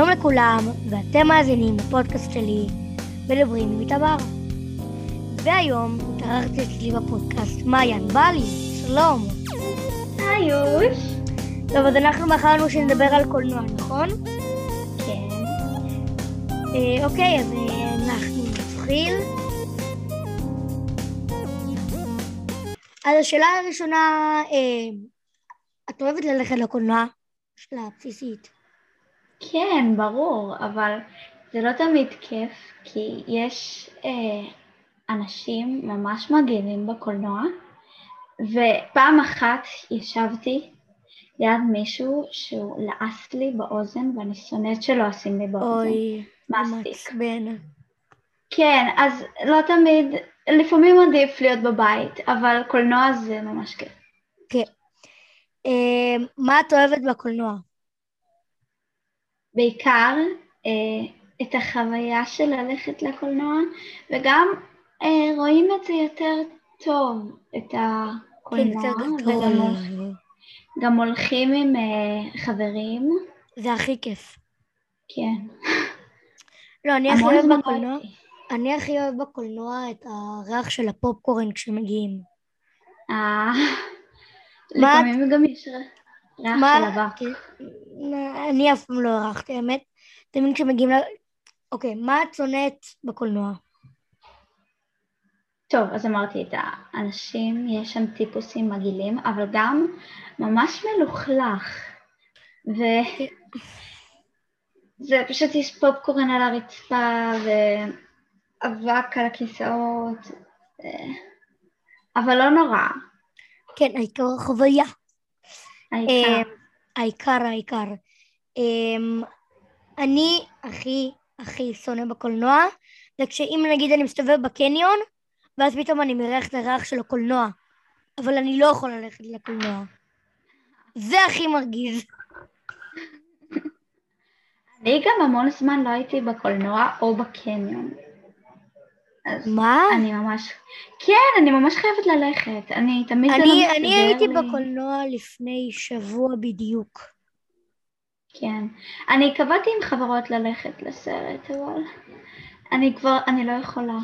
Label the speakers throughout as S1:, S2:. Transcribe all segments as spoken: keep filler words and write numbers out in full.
S1: שלום לכולם, ואתם מאזינים לפודקאסט שלי, מדברים עם איתמר. והיום התארחתי אצלי בפודקאסט מעיין בלי, שלום.
S2: היוש.
S1: טוב, אז אנחנו בחרנו שנדבר על קולנוע, נכון?
S2: כן.
S1: אה, אוקיי, אז אה, אנחנו נתחיל. אז השאלה הראשונה, אה, את אוהבת ללכת לקולנוע? שאלה בסיסית.
S2: כן, ברור, אבל זה לא תמיד כיף, כי יש אה, אנשים ממש מגעילים בקולנוע, ופעם אחת ישבתי ליד מישהו שהוא לעס לי באוזן, ואני שונאת שלא עושים לי באוזן.
S1: אוי, זה
S2: מספיק.
S1: מעצבן.
S2: כן, אז לא תמיד, לפעמים עדיף להיות בבית, אבל קולנוע זה ממש כיף.
S1: כן. אה, מה את אוהבת בקולנוע?
S2: בעיקר אה, את החוויה של ללכת לקולנוע, וגם אה, רואים את זה יותר טוב, את
S1: כן,
S2: הקולנוע,
S1: יותר גדול.
S2: וגם הולכים, גם הולכים עם אה, חברים.
S1: זה הכי כיף.
S2: כן.
S1: לא, אני הכי
S2: המון
S1: אוהב
S2: זמן לא
S1: בקולנוע.
S2: הייתי.
S1: אני הכי אוהב בקולנוע את הריח של הפופקורן כשמגיעים.
S2: אה,
S1: מה את-
S2: לפעמים גם יש ריח
S1: מה-
S2: של אבק.
S1: כן, אני אף פעם לא ערכתי, האמת. תמיד כשמגיעים ל... אוקיי, מה את שונאת בקולנוע?
S2: טוב, אז אמרתי את האנשים, יש שם טיפוסים מגעילים, אבל גם ממש מלוכלך. ו...
S1: כן.
S2: זה פשוט יש פופקורן על הרצפה ואבק על הכיסאות, אבל לא נורא.
S1: כן, העיקר החוויה.
S2: העיקר.
S1: אמ, העיקר, העיקר. אמ, אני הכי הכי שונא בקולנוע, זה כשאם נגיד אני מסתובב בקניון, ואז פתאום אני מריח את הריח של הקולנוע, אבל אני לא יכולה ללכת לקולנוע. זה הכי מרגיז.
S2: אני גם המון זמן לא הייתי בקולנוע או בקניון. אז
S1: מה?
S2: אני ממש, כן, אני ממש חייבת ללכת. אני תמיד זה לא
S1: אני,
S2: מסתדר
S1: אני הייתי
S2: לי.
S1: בקולנוע לפני שבוע בדיוק.
S2: כן. אני קבעתי עם חברות ללכת לסרט, אבל אני כבר, אני לא יכולה.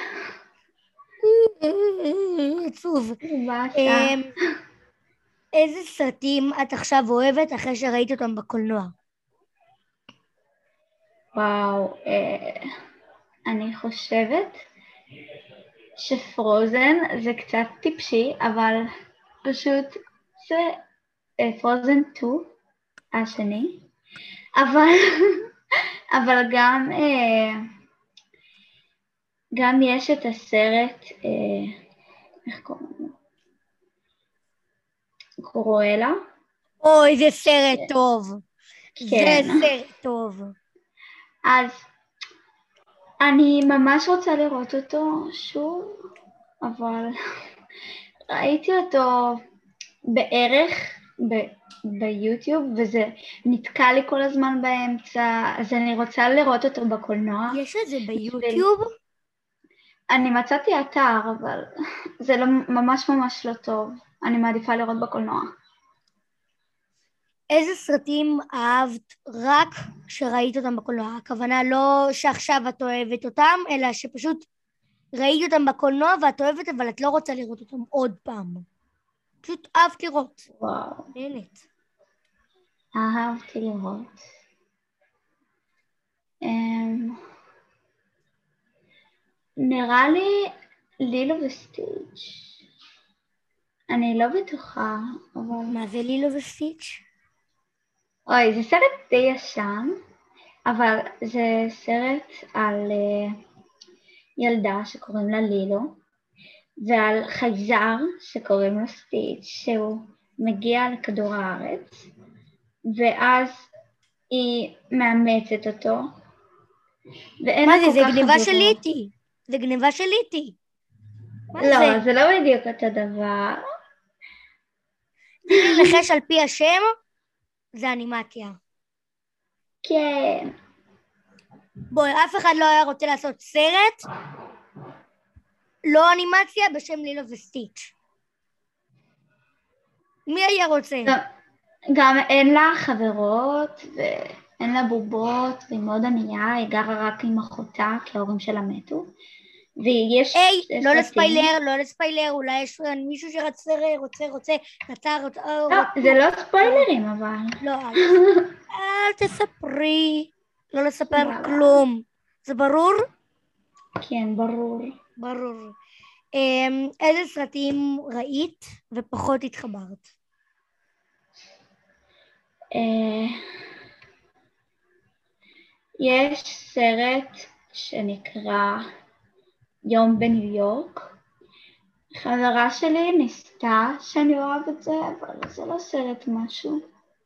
S1: עצוב.
S2: זה באסה.
S1: אמ, איזה סרטים את עכשיו אוהבת אחרי שראית אותם בקולנוע?
S2: וואו, אה, אני חושבת שפרוזן זה קצת טיפשי, אבל פשוט זה פרוזן שתיים השני, אבל, אבל גם, אה, גם יש את הסרט, אה, איך קוראים לו? קרואלה.
S1: אוי, זה סרט טוב. זה
S2: כן.
S1: סרט טוב.
S2: אז אני ממש רוצה לראות אותו שוב, אבל ראיתי אותו בערך ב- ביוטיוב, וזה נתקע לי כל הזמן באמצע, אז אני רוצה לראות אותו בקולנוע.
S1: יש את זה ביוטיוב?
S2: אני מצאתי אתר, אבל זה לא, ממש ממש לא טוב. אני מעדיפה לראות בקולנוע.
S1: איזה סרטים אהבת רק כשראית אותם בקולנוע? הכוונה לא שעכשיו את אוהבת אותם, אלא שפשוט ראית אותם בקולנוע ואת אוהבת, אבל את לא רוצה לראות אותם עוד פעם. פשוט אהבת לראות.
S2: וואו,
S1: נהנית.
S2: אהבתי לראות. אמ, נראה לי לילו וסטיץ'. אני לא בטוחה, אבל...
S1: מה זה לילו וסטיץ'?
S2: אוי, זה סרט די ישן, אבל זה סרט על uh, ילדה שקוראים לה לילו, ועל חייזר שקוראים לו סטיץ', שהוא מגיע לכדור הארץ, ואז היא מאמצת אותו, ואין
S1: מה
S2: לה
S1: זה?
S2: כל
S1: זה
S2: כך
S1: גניבה
S2: חברות.
S1: של ליטי. זה גניבה של ליטי. מה
S2: לא,
S1: זה?
S2: זה לא בדיוק אותו דבר.
S1: תני לי לנחש על פי השם, זה אנימציה.
S2: כן.
S1: בואי, אף אחד לא היה רוצה לעשות סרט, לא אנימציה, בשם לילו וסטיץ'. מי היה רוצה?
S2: גם, גם אין לה חברות, אין לה בובות, והיא מאוד ענייה, היא גרה רק עם אחותה, כי ההורים שלה מתו. ויש
S1: היי, לא
S2: סרטים...
S1: לספיילר, לא לספיילר, אולי יש מישהו שרצה, רוצה, רוצה, רצה, רוצה...
S2: לא, זה לא ספוילרים, אבל...
S1: לא, אל, אל תספרי, לא לספר
S2: סבבה.
S1: כלום. זה ברור?
S2: כן, ברור.
S1: ברור. אמ, איזה סרטים ראית ופחות התחברת?
S2: אה, יש סרט שנקרא יום בניו יורק. חברה שלי ניסתה שאני אוהב את זה, אבל זה לא סרט משהו.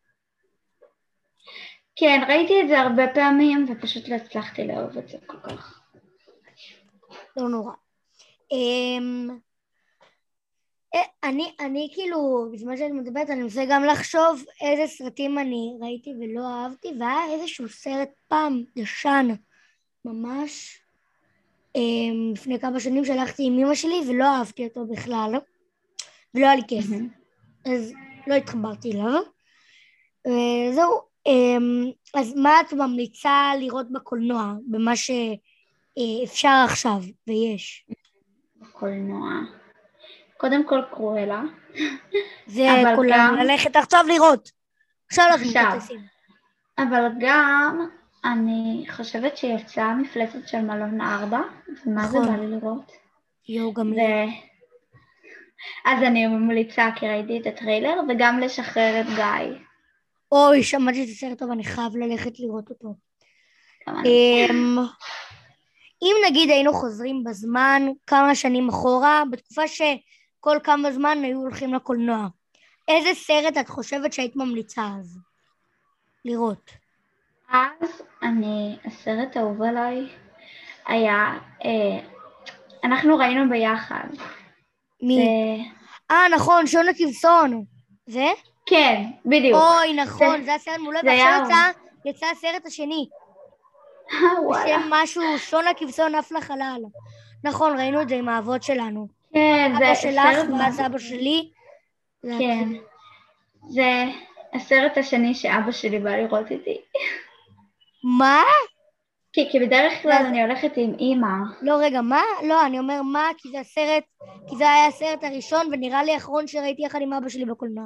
S2: כן, ראיתי את זה הרבה פעמים, ופשוט לא הצלחתי לאהוב את זה כל כך.
S1: לא נורא. אמ, אה, אני, אני כאילו, בזמן שאני מדברת, אני מנסה גם לחשוב איזה סרטים אני ראיתי ולא אהבתי, והיה איזשהו סרט פעם ישן, ממש, אמ, לפני כמה שנים שהלכתי עם אמא שלי ולא אהבתי אותו בכלל, ולא היה לי כיף, אז לא התחברתי אליו. וזהו, אמ, אז מה את ממליצה לראות בקולנוע, במה שאפשר עכשיו ויש?
S2: בקולנוע. קודם כל קרואלה.
S1: זה
S2: אבל
S1: כולם,
S2: גם-
S1: ללכת עכשיו לראות. עכשיו אנחנו
S2: עכשיו.
S1: מתייחסים.
S2: אבל גם אני חושבת שיצאה מפלצת של מלון ארבע, ומה זה
S1: נכון.
S2: בא לי לראות.
S1: יואו, גם
S2: ו...
S1: לי.
S2: אז אני ממליצה כי ראיתי את הטריילר, וגם לשחרר את גיא.
S1: אוי, שמעתי את הסרט טוב, אני חייב ללכת לראות אותו.
S2: גם אני.
S1: אמ, אם נגיד היינו חוזרים בזמן כמה שנים אחורה, בתקופה שכל כמה זמן היו הולכים לקולנוע, איזה סרט את חושבת שהיית ממליצה אז לראות?
S2: אז אני, הסרט האהוב עליי היה, אה, אנחנו ראינו ביחד.
S1: מי?
S2: זה...
S1: אה, נכון, שון הכבשון. זה?
S2: כן, בדיוק.
S1: אוי, נכון,
S2: זה-
S1: זה הסרט מעולה,
S2: זה היה
S1: ועכשיו יצא, יצא הסרט השני,
S2: וואלה.
S1: בשם משהו, שון הכבשון עף לחלל. נכון, ראינו את זה עם האבות שלנו.
S2: כן, זה
S1: אבא שלך
S2: סרט
S1: ואז
S2: מאוד-
S1: אבא שלי. זה
S2: כן. זה הסרט השני שאבא שלי בא לראות איתי.
S1: מה?
S2: כי, כי בדרך כלל
S1: אז-
S2: אני הולכת עם אמא.
S1: לא, רגע, מה? לא, אני אומר מה, כי זה הסרט, כי זה היה הסרט הראשון, ונראה לי האחרון שראיתי יחד עם אבא שלי בקולנוע.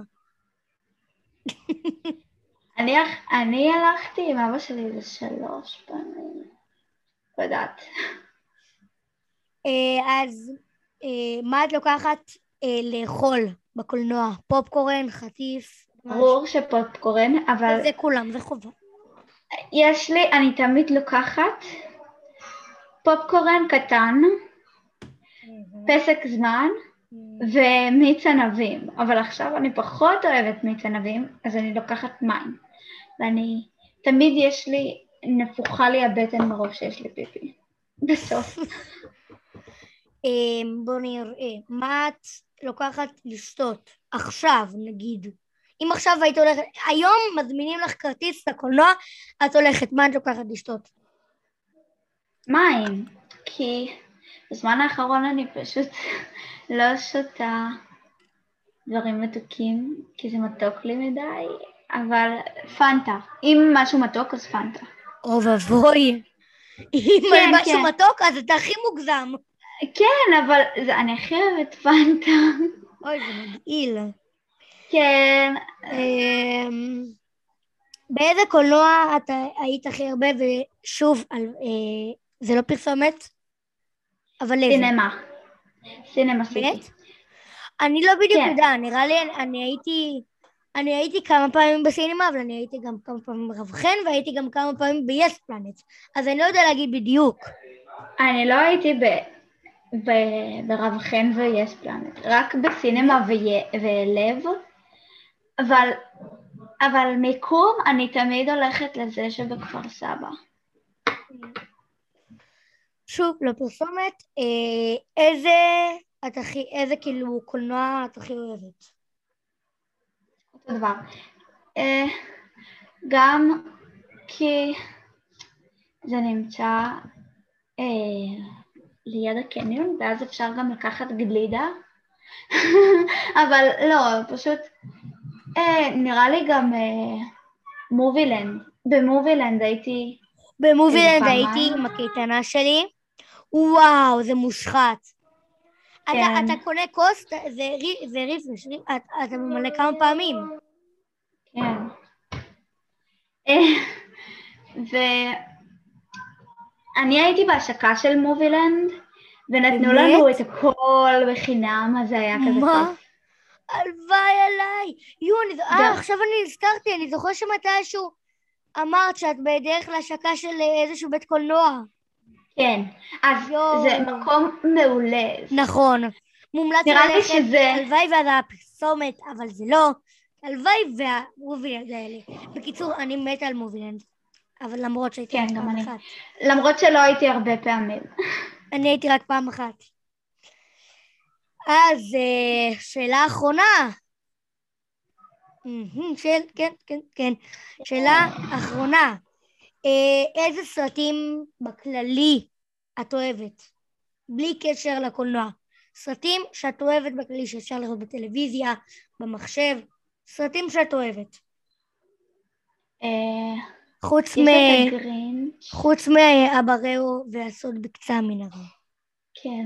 S2: אני, אני הלכתי עם אבא שלי איזה שלוש פעמים. לא יודעת.
S1: אה, אז אה, מה את לוקחת אה, לאכול בקולנוע? פופקורן, חטיף?
S2: ברור שפופקורן, אבל
S1: זה כולם, זה חובה.
S2: יש לי, אני תמיד לוקחת פופקורן קטן, פסק זמן ומיץ ענבים. אבל עכשיו אני פחות אוהבת מיץ ענבים, אז אני לוקחת מים. ואני, תמיד יש לי, נפוחה לי הבטן מרוב שיש לי פיפי. בסוף.
S1: אה, בואו נראה, מה את לוקחת לשתות? עכשיו, נגיד. אם עכשיו היית הולכת, היום מזמינים לך כרטיס לקולנוע, את הולכת, מה את לוקחת לשתות?
S2: מים, כי בזמן האחרון אני פשוט לא שותה דברים מתוקים, כי זה מתוק לי מדי, אבל פנטה. אם משהו מתוק, אז פנטה.
S1: או ואבוי. אם
S2: כן,
S1: על משהו
S2: כן.
S1: מתוק, אז אתה הכי מוגזם.
S2: כן, אבל זה, אני הכי אוהבת פנטה.
S1: אוי, זה מגעיל.
S2: כן,
S1: אמ, באיזה קולנוע את היית הכי הרבה, ושוב, על, אה, זה לא פרסומת, אבל איזה?
S2: סינמה. סינמה סיטי.
S1: באמת? אני לא בדיוק
S2: כן.
S1: יודעת, נראה לי, אני הייתי, אני הייתי כמה פעמים בסינמה, אבל אני הייתי גם כמה פעמים ברב חן, והייתי גם כמה פעמים ב-Yes Planet, אז אני לא יודע להגיד בדיוק.
S2: אני לא הייתי ב... ב... ברב חן ויש פלנט, רק בסינמה וי... ולב, אבל... אבל מיקום אני תמיד הולכת לזה שבכפר סבא.
S1: שוב, לא פרסומת, אה, איזה, את הכי, איזה כאילו קולנוע את הכי אוהבת?
S2: אותו דבר. אה, גם כי זה נמצא אה, ליד הקניון, ואז אפשר גם לקחת גלידה, אבל לא, פשוט אה, נראה לי גם אה, מובילנד, במובילנד הייתי
S1: במובילנד
S2: איזה
S1: הייתי
S2: פעמיים.
S1: עם הקייטנה שלי. וואו, זה מושחת. אתה,
S2: כן,
S1: אתה קונה כוס, זה, רי- זה ריפרש, ריפ- אתה, אתה ממלא כמה פעמים.
S2: כן. אה, ואני הייתי בהשקה של מובילנד, ונתנו
S1: באמת?
S2: לנו את הכל בחינם, אז זה היה כזה
S1: מה?
S2: כיף.
S1: הלוואי עליי. יו, אני, ז- אה,
S2: גם,
S1: עכשיו אני נזכרתי, אני זוכר שמתישהו אמרת שאת בדרך להשקה של אה, איזשהו בית קולנוע.
S2: כן, אז זה
S1: יואו.
S2: מקום מעולה.
S1: נכון. מומלץ
S2: נראה לי
S1: ללכת,
S2: שזה,
S1: הלוואי וזה הפרסומת, אבל זה לא. הלוואי והמובילנד האלה. בקיצור, אני מתה על מובילנד, אבל למרות שהייתי
S2: כן,
S1: רק
S2: גם
S1: פעם
S2: אני.
S1: אחת.
S2: למרות שלא הייתי הרבה פעמים.
S1: אני הייתי רק פעם אחת. אז אה, שאלה אחרונה. מהמם, של, כן, כן, כן. שאלה אחרונה. אה, איזה סרטים בכללי את אוהבת? בלי קשר לקולנוע. סרטים שאת אוהבת בכללי שאפשר לראות בטלוויזיה, במחשב. סרטים שאת אוהבת.
S2: אה,
S1: חוץ מ...
S2: יש את הגרינץ',
S1: חוץ מאבריאו והסוד בקצה המנהרה.
S2: כן.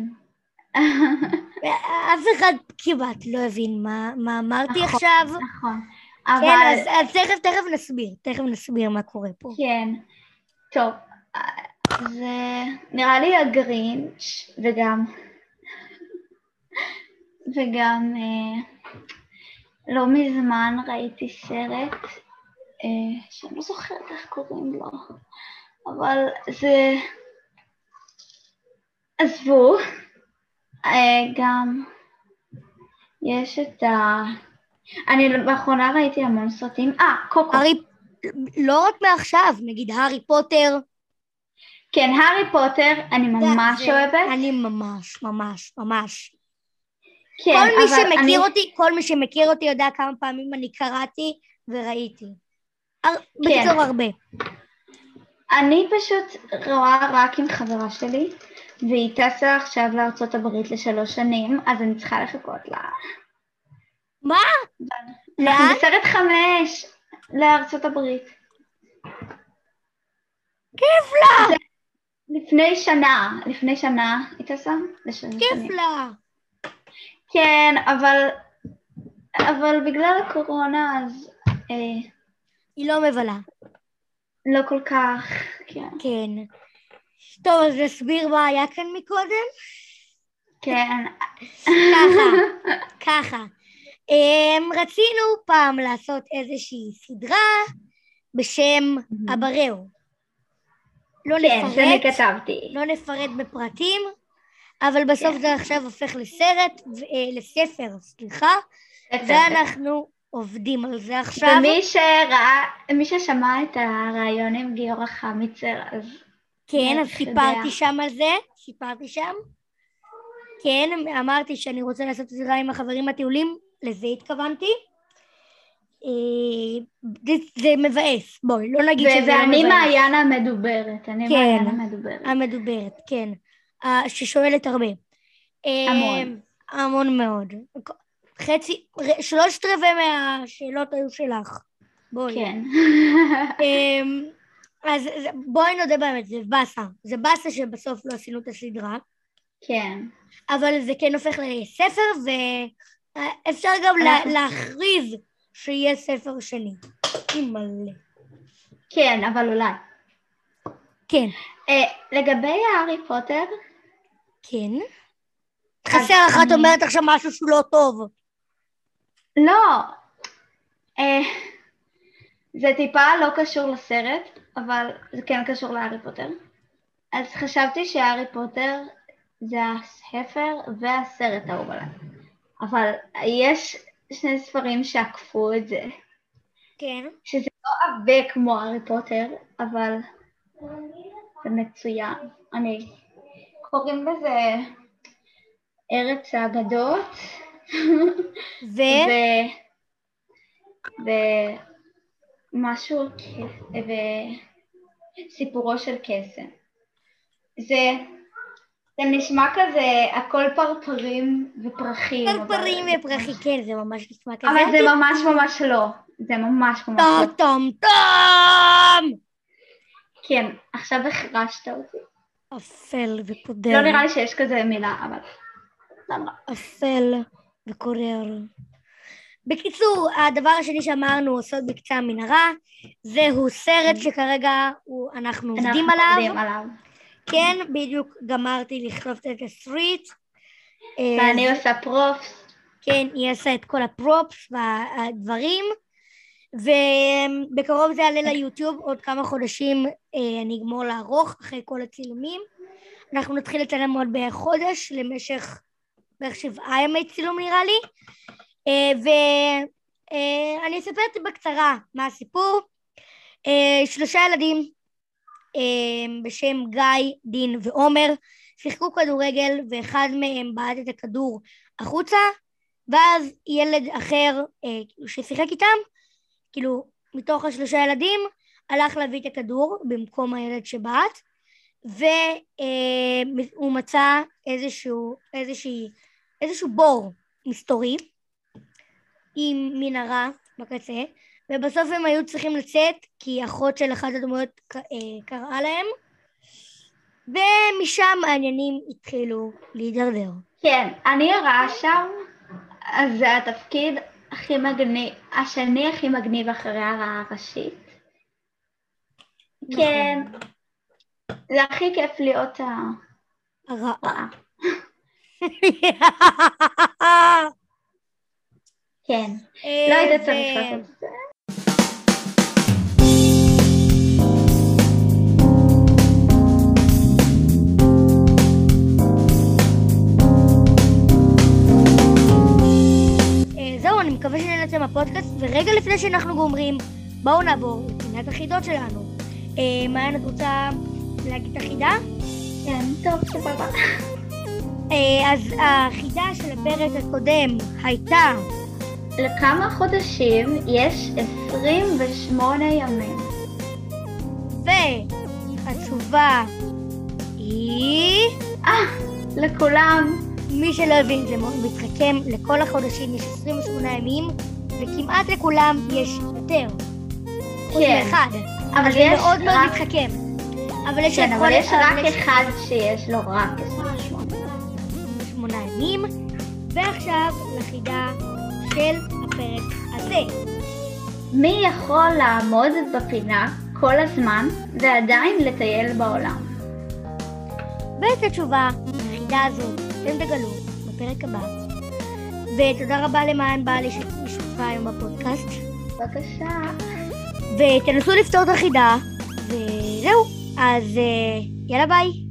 S1: אף אחד כמעט לא הבין מה, מה אמרתי
S2: נכון,
S1: עכשיו.
S2: נכון.
S1: כן,
S2: אבל,
S1: אז, אז תכף, תכף נסביר. תכף נסביר מה קורה פה.
S2: כן. טוב, זה נראה לי הגרינץ' וגם, וגם אה, לא מזמן ראיתי סרט, אה, שאני לא זוכרת איך קוראים לו, אבל זה, עזבו, אה, גם יש את ה... אני באחרונה ראיתי המון סרטים, אה, קוקו.
S1: הארי, לא רק מעכשיו, נגיד הארי פוטר.
S2: כן, הארי פוטר, אני ממש
S1: זה,
S2: אוהבת.
S1: אני ממש, ממש, ממש.
S2: כן,
S1: כל מי
S2: אבל
S1: שמכיר
S2: אני...
S1: אותי, כל מי שמכיר אותי יודע כמה פעמים אני קראתי וראיתי. הר...
S2: כן.
S1: בקיצור הרבה.
S2: אני פשוט רואה רק עם חברה שלי, והיא טסה עכשיו לארצות הברית לשלוש שנים, אז אני צריכה לחכות לה.
S1: מה?
S2: אנחנו
S1: לאן?
S2: בסרט חמש לארצות הברית.
S1: כיף לה!
S2: זה לפני שנה, לפני שנה היא טסה לשלוש
S1: כיף
S2: שנים.
S1: לה!
S2: כן, אבל, אבל בגלל הקורונה אז אה,
S1: היא לא מבלה.
S2: לא כל כך, כן.
S1: כן. טוב, אז נסביר מה היה כאן מקודם.
S2: כן.
S1: ככה, ככה. Um, רצינו פעם לעשות איזושהי סדרה בשם אבריאו. לא
S2: כן, שאני
S1: נפרט,
S2: כתבתי.
S1: לא נפרט בפרטים, אבל בסוף
S2: כן.
S1: זה עכשיו הופך לסרט, אה, לספר, סליחה,
S2: לספר.
S1: ואנחנו עובדים על זה עכשיו.
S2: ומי שראה, מי ששמע את הרעיון עם גיורא חמיצר, אז...
S1: כן, אז
S2: יודע.
S1: סיפרתי שם על זה, סיפרתי שם. כן, אמרתי שאני רוצה לעשות סדרה עם החברים הטיולים, לזה התכוונתי. אה, זה, זה מבאס, בואי, לא נגיד שזה לא מבאס.
S2: ואני מעיין המדוברת, אני
S1: כן,
S2: מעיין המדוברת.
S1: המדוברת, כן, אה, ששואלת הרבה. אה,
S2: המון.
S1: המון מאוד. חצי, ר- שלושת רבעי מהשאלות היו שלך. בואי.
S2: כן.
S1: אמ, אז זה- בואי נודה באמת, זה באסה. זה באסה שבסוף לא עשינו את הסדרה,
S2: כן.
S1: אבל זה כן הופך לספר, ואפשר גם לה-
S2: אנחנו-
S1: להכריז שיהיה ספר שני. מלא.
S2: כן, אבל אולי.
S1: כן,
S2: אה, לגבי הארי פוטר,
S1: כן. חסר אחת
S2: אני-
S1: אומרת עכשיו משהו שהוא לא טוב.
S2: לא. אה, זה טיפה לא קשור לסרט, אבל זה כן קשור להארי פוטר. אז חשבתי שהארי פוטר זה הספר והסרט האהוב עליי. אבל יש שני ספרים שעקפו את זה,
S1: כן.
S2: שזה לא עבה כמו הארי פוטר, אבל זה מצוין. אני קוראים לזה ארץ האגדות,
S1: ו...
S2: ו... ומשהו, וסיפורו של קסם. זה, זה נשמע כזה, הכל פרפרים ופרחים.
S1: פרפרים
S2: אבל-
S1: ופרחי, כן, זה ממש נשמע כזה.
S2: אבל זה ממש ממש לא. זה ממש ממש...
S1: טום טום טום!
S2: כן, עכשיו החרשת אותי.
S1: אפל וקודר.
S2: לא נראה לי שיש כזה מילה, אבל...
S1: אפל וקודר. בקיצור, הדבר השני שאמרנו, סוד בקצה המנהרה, זהו סרט שכרגע אנחנו עובדים עליו. כן, בדיוק גמרתי לכתוב את התסריט.
S2: ואני עושה פרופס.
S1: כן, היא עושה את כל הפרופס והדברים, ובקרוב זה יעלה ליוטיוב, עוד כמה חודשים אני אגמור לערוך אחרי כל הצילומים. אנחנו נתחיל לצלם עוד בערך חודש, למשך בערך שבעה ימי צילום נראה לי, ואני אספר בקצרה מה הסיפור. שלושה ילדים בשם גיא, דין ועומר, שיחקו כדורגל, ואחד מהם בעט את הכדור החוצה, ואז ילד אחר ששיחק איתם, כאילו מתוך השלושה ילדים, הלך להביא את הכדור במקום הילד שבעט, והוא מצא איזשהו, איזושהי, איזשהו בור מסתורי, עם מנהרה בקצה, ובסוף הם היו צריכים לצאת, כי אחות של אחת הדמויות קראה להם, ומשם העניינים התחילו להידרדר.
S2: כן, אני רואה שם, אז זה התפקיד הכי מגניב, השני הכי מגניב אחרי הרעה הראשית. כן, זה הכי כיף להיות הרעה. כן, לא היית צריך לעשות את זה.
S1: זהו, אני מקווה שנהנתם מהפודקאסט, ורגע לפני שאנחנו גומרים, בואו נעבור לפינת החידות שלנו. מעיין, את רוצה להגיד את החידה?
S2: כן, טוב, סבבה.
S1: אז החידה של הפרק הקודם הייתה...
S2: לכמה חודשים יש עשרים ושמונה ימים?
S1: והתשובה היא...
S2: אה, לכולם.
S1: מי שלא הבין, זה מתחכם, לכל החודשים יש עשרים ושמונה ימים, וכמעט לכולם יש יותר.
S2: כן.
S1: אחד.
S2: אבל
S1: זה
S2: יש
S1: מאוד מאוד
S2: רק...
S1: מתחכם. אבל יש,
S2: כן, אבל יש רק
S1: יש...
S2: אחד שיש לו רק עשרים
S1: ושמונה ימים, ועכשיו לחידה של הפרק הזה.
S2: מי יכול לעמוד בפינה כל הזמן ועדיין לטייל בעולם?
S1: ואת התשובה לחידה הזאת אתם תגלו בפרק הבא. ותודה רבה למעיין בעלי ששותפה היום בפודקאסט.
S2: בבקשה.
S1: ותנסו לפתור את החידה, וזהו. אז יאללה ביי.